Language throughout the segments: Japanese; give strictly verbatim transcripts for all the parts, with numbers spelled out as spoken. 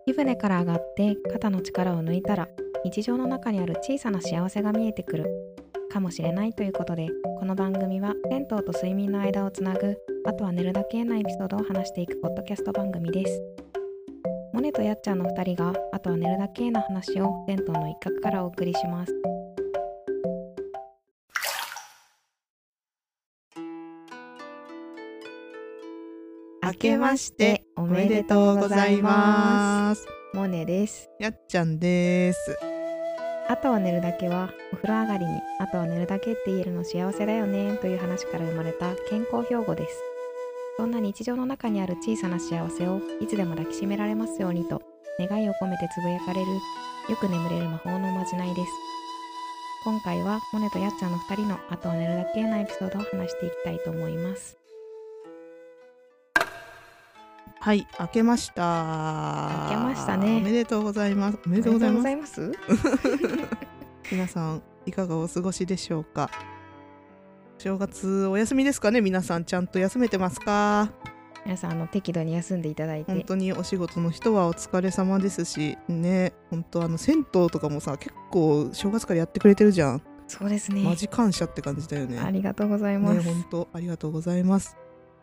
湯船から上がって肩の力を抜いたら日常の中にある小さな幸せが見えてくるかもしれないということで、この番組は銭湯と睡眠の間をつなぐ、あとは寝るだけなエピソードを話していくポッドキャスト番組です。モネとやっちゃんのふたりがあとは寝るだけな話を銭湯の一角からお送りします。明けましておめでとうございます。モネです。 やっちゃんです。 あとは寝るだけはお風呂上がりにあとは寝るだけって言えるの幸せだよねという話から生まれた健康標語です。そんな日常の中にある小さな幸せをいつでも抱きしめられますようにと願いを込めてつぶやかれるよく眠れる魔法のおまじないです。今回はモネとやっちゃんのふたりのあとは寝るだけなエピソードを話していきたいと思います。 はい、明けました。 明けましたね。 おめでとうございます。おめでとうございます。 おめでとうございます皆さんいかがお過ごしでしょうか。正月お休みですかね。皆さんちゃんと休めてますか。 皆さんあの適度に休んでいただいて、 本当にお仕事の人はお疲れ様ですしね。本当あの銭湯とかもさ結構正月からやってくれてるじゃん。 そうですね。 マジ感謝って感じだよね。 ありがとうございます。 ね、本当ありがとうございます。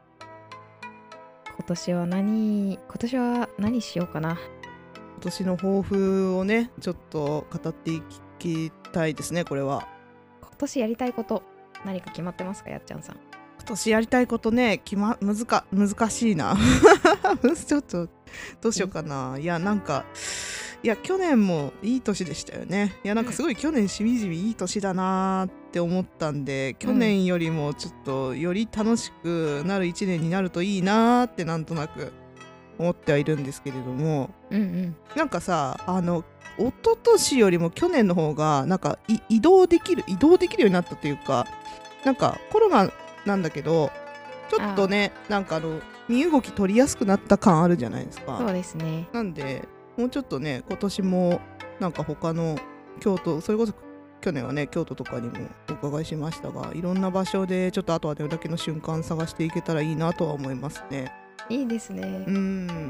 今年は何今年は何しようかな。 今年の抱負をねちょっと語っていきたいですね。これは今年やりたいこと何か決まってますか、やっちゃんさん。 今年やりたいことね決ま難か難しいなちょっとどうしようかな、うん、いやなんかいや去年もいい年でしたよね。いやなんかすごい去年しみじみいい年だなって思ったんで、去年よりもちょっとより楽しくなるいちねんになるといいなってなんとなく思ってはいるんですけれども、 うんうん、 なんかさあの一昨年よりも去年の方がなんか移動できる移動できるようになったというか、なんかコロナなんだけどちょっとねなんかあの身動き取りやすくなった感あるじゃないですか。 そうですね。 なんでもうちょっとね今年もなんか他の京都、それこそ去年はね京都とかにもお伺いしましたが、いろんな場所でちょっとあとは寝るだけの瞬間探していけたらいいなとは思いますね。 いいですね。 うーん、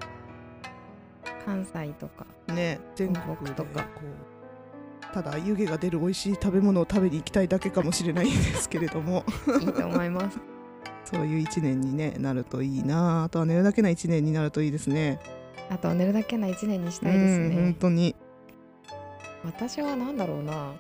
関西とかね全国とかこうただ湯気が出る美味しい食べ物を食べに行きたいだけかもしれないんですけれどもいいと思いますそういう一年に、ね、なるといいな。あとは寝るだけな一年になるといいですね。 あとは寝るだけな一年にしたいですね。 本当に私はなんだろうな。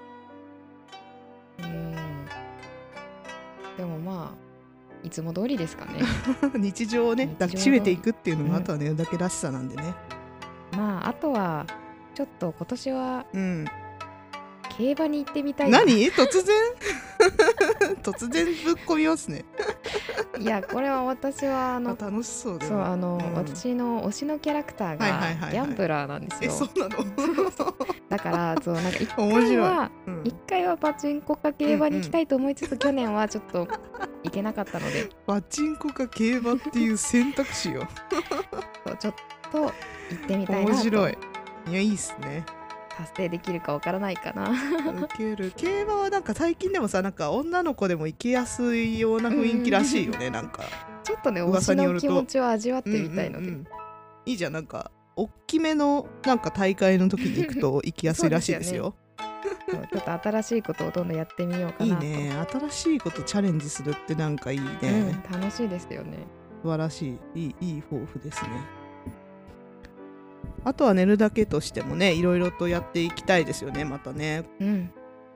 うーんでもまあいつも通りですかね日常をね抱きしめていくっていうのも、うん、あとは寝るだけらしさなんでね。 まああとはちょっと今年は、 うん、 競馬に行ってみたいな。 何突然突然ぶっ込みますねいやこれは私はあの楽しそうでそうあの、 うん、 私の推しのキャラクターがギャンブラーなんですよ。 えそうなのだからそうなんか一回は一、うん、回はパチンコか競馬に行きたいと思いつつ、うんうん、去年はちょっと行けなかったのでパチンコか競馬っていう選択肢よそうちょっと行ってみたいなと。 面白い。いやいいっすね。 達成できるかわからないかな受ける。競馬はなんか最近でもさなんか女の子でも行きやすいような雰囲気らしいよね、うん、なんかちょっとね推しの気持ちを味わってみたいので、うんうんうん、 いいじゃん。なんか大きめのなんか大会の時に行くと行きやすいらしいですよそうちょっと新しいことをどんどんやってみようかなと。 いいね。新しいことチャレンジするってなんかいいね、 うん、楽しいですよね。 素晴らしい。いい、いい抱負ですね。あとは寝るだけとしてもねいろいろとやっていきたいですよね。またね、 うん、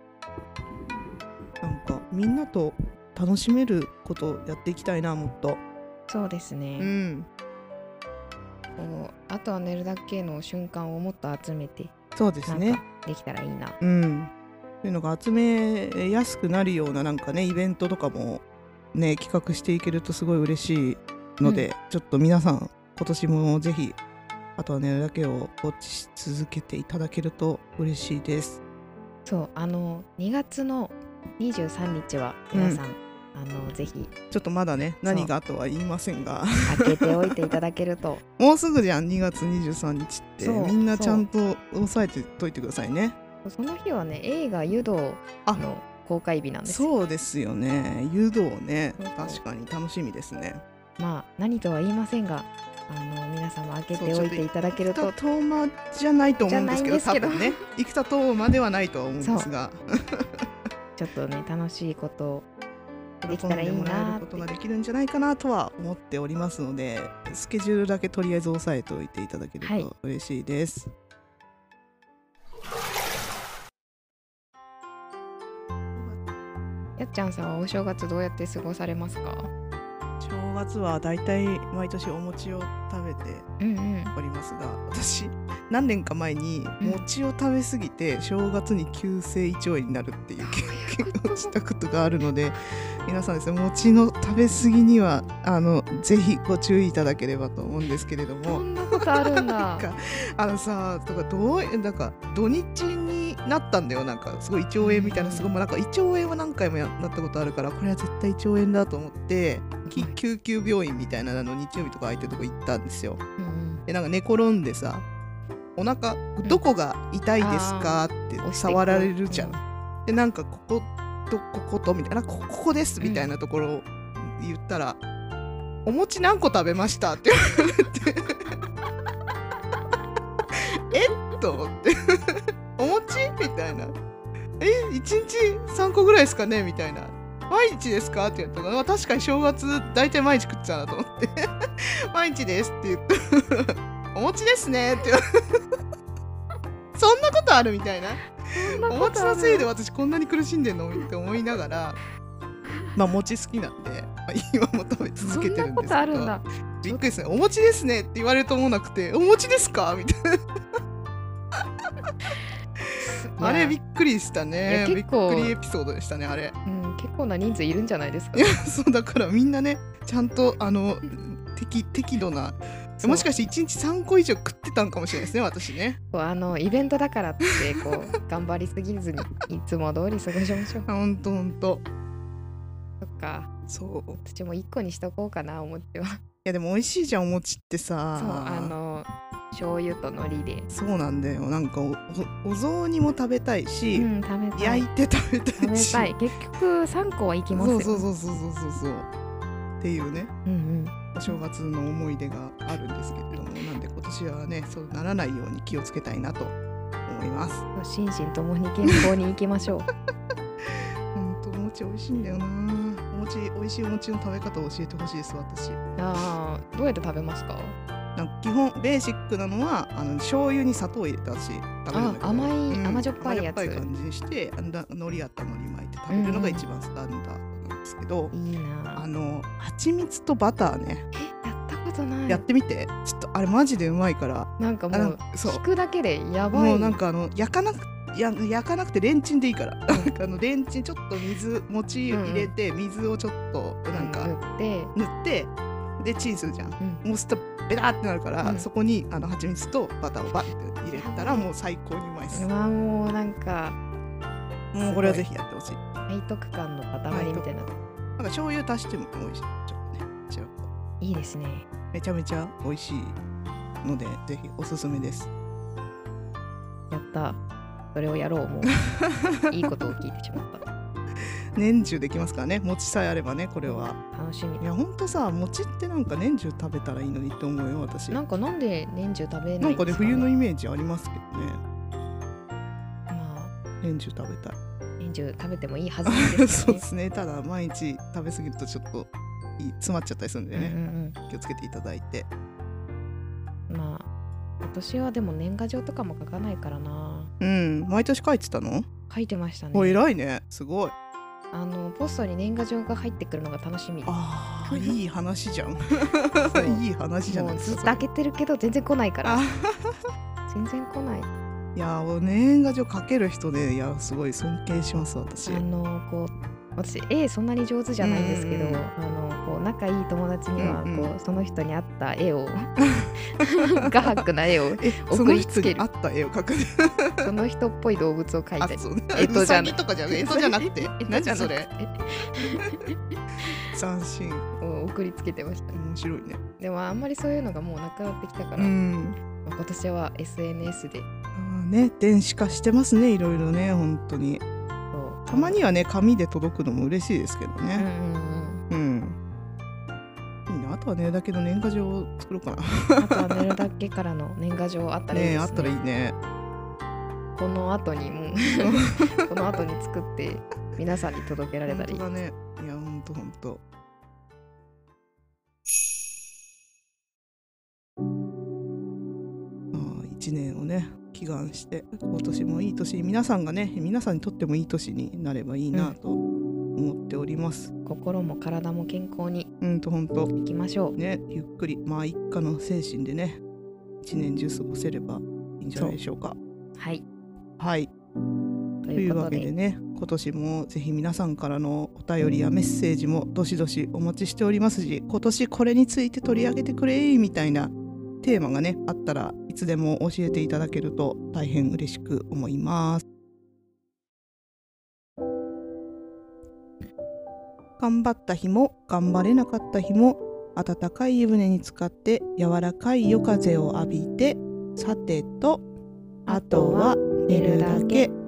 なんかみんなと楽しめることをやっていきたいな。もっとそうですね、 うん、 こうあとは寝るだけの瞬間をもっと集めてそうですねできたらいいな、 うん、そういうのが集めやすくなるようななんかねイベントとかもね企画していけるとすごい嬉しいので、うん、ちょっと皆さん今年もぜひあとは寝るだけをウォッチし続けていただけると嬉しいです。 そうあのにがつのにじゅうさんにちは皆さん、うん、あのぜひちょっとまだね何がとは言いませんが開けておいていただけるともうすぐじゃん。にがつにじゅうさんにちってみんなちゃんと押さえてといてくださいね。 その日はね映画湯道の公開日なんですよ。 そうですよね。湯道ね。確かに楽しみですね。 まあ何とは言いませんがあの皆皆さんも開けておいていただけると。 生田斗真じゃないと思うんですけど、 じゃないんですけど多分ね生田斗真ではないとは思うんですが、 ちょっとね楽しいことできたらいい喜んでもらえなってることができるんじゃないかなとは思っておりますので、スケジュールだけとりあえず押さえておいていただけるはいと嬉しいです。 やっちゃんさんはお正月どうやって過ごされますか？ 正月はだいたい毎年お餅を食べてうんうんおりますが、私何年か前に餅を食べ過ぎて正月に急性胃腸炎になるっていう経験をしたことがあるので、皆さんですね、餅の食べ過ぎにはあのぜひご注意いただければと思うんですけれども、 そんなことあるんだあのさとかどうなんか土日になったんだよ。なんかすごい胃腸炎みたいな、すごいなんか胃腸炎は何回もやなったことあるから、これは絶対胃腸炎だと思ってき救急病院みたいなの日曜日とか空いてるとこ行ったんですよ。 うんでなんか寝転んでさ、お腹どこが痛いですかって触られるじゃん。でなんかこことこことみたいな、こここですみたいなところを言ったら、お餅何個食べましたって言われてえっと思ってお餅みたいな、えいちにちさんこぐらいですかねみたいな、毎日ですかって言ったら、まあ、確かに正月大体毎日食ってたなと思って毎日ですって言ってお餅ですねって言われてそんなことあるみたいな、お餅のせいで私こんなに苦しんでんのって思いながら、まあ餅好きなんで、まあ、今も食べ続けてるんですけど、 そんなことあるんだ。 びっくりですね。お餅ですねって言われると思わなくて、お餅ですかみたいなあれびっくりしたね。びっくりエピソードでしたねあれ、 うん、結構な人数いるんじゃないですか。 いやそうだからみんなねちゃんとあの適適度な、もしかしていちにちさんこ以上食ってたんかもしれないですね私ね。 こうあのイベントだからってこう頑張りすぎずにいつも通り過ごしましょう。 ほんとほんと。 そっか、 そう私もいっこにしとこうかなお餅は。いやでも美味しいじゃんお餅ってさ。 そうあの醤油と海苔で。 そうなんだよ。なんか お, お, お雑煮も食べたいし、 うん、食べたい、 焼いて食べたいし、 食べたい。結局さんこはいきますよ。 そうそうそうそうそうそうっていうね、 うんうん、 お正月の思い出があるんですけれども、なんで今年はねそうならないように気をつけたいなと思います。 心身ともに健康にいきましょうほんとお餅美味しいんだよな。お餅美味しいお餅の食べ方を教えてほしいです私。 あー、どうやって食べますか？ なんか基本ベーシックなのはあの醤油に砂糖を入れて私食べるんだけど、 甘い、 うん、 甘じょっぱいやつ。 甘じょっぱい感じにして海苔やった海苔巻いて食べるのが一番スタンダードなんですけど、 いいなあの蜂蜜とバターね、 え、やったことない。 やってみて。ちょっとあれマジでうまいから。 なんかもうそう聞くだけでやばい。 もうなんかあの焼かなくや焼かなくてレンチンでいいから、なんかあのレンチンちょっと水餅入れて、水をちょっとなんか塗って塗ってでチンするじゃん、 うん、 もうするとベターってなるから、 うん、 そこにあの蜂蜜とバターをバッて入れたらもう最高にうまいです。 うわもうなんかもうこれはぜひやってほしい。 背徳感の塊みたいな。 なんか醤油足しても美味しい。ちょっとね違うといいですね。 めちゃめちゃ美味しいのでぜひおすすめです。 やった、それをやろう。もういいことを聞いてしまった。 年中できますからね、餅さえあればね。これは楽しみ。 いやほんとさ、餅ってなんか年中食べたらいいのにって思うよ私。 なんかなんで年中食べないんですかね。 なんかね冬のイメージありますけどね。 まあ年中食べたい。 年中食べてもいいはずなんですそうよね。 ですね。ただ毎日食べ過ぎるとちょっとい詰まっちゃったりするんでね、 うんうん気をつけていただいて。 うん、まあ今年はでも年賀状とかも書かないからな。 うん、毎年書いてたの？ 書いてましたね。 お、偉いね、すごい。 あのポストに年賀状が入ってくるのが楽しみ。 ああ、いい話じゃん。 そういい話じゃないもうですか。 ずっと開けてるけど全然来ないからあ全然来ない。 いや年賀状書ける人で、いやすごい尊敬します私。 あのこう私絵そんなに上手じゃないんですけど、 うんあのこう仲いい友達にはこう、 うんうん、 その人に合った絵を画伯な絵を送りつける。 その人に合った絵を描く。 その人っぽい動物を描いたり。 えとじゃなくて、とかじゃえとじゃなくて、何それ。斬新。 送りつけてました。 面白いね。 でもあんまりそういうのがもうなくなってきたから、 うん、 まあ、今年は エスエヌエス で。 あね、電子化してますね、いろいろね、本当に。たまにはね、紙で届くのも嬉しいですけどね。うんうんうん。うん。いいな、 とは寝るだけの年賀状を作ろうかな。 あとは寝るだけからの年賀状あったらいいですね。 ねえあったらいいね。 この後にもうこの後に作って皆さんに届けられたり。 本当だね。いやほんとほんと。いちねんをね祈願して今年もいい年、皆さんがね皆さんにとってもいい年になればいいなと思っております、 うん、心も体も健康にうんとほんといきましょうね。ゆっくりまあ一家の精神でね一年中過ごせればいいんじゃないでしょうか。 はいはいとというわけでね、今年もぜひ皆さんからのお便りやメッセージもどしどしお待ちしておりますし、今年これについて取り上げてくれみたいなテーマがねあったらいつでも教えていただけると大変嬉しく思います。頑張った日も頑張れなかった日も温かい湯船に浸かって柔らかい夜風を浴びて、さてとあとは寝るだけ。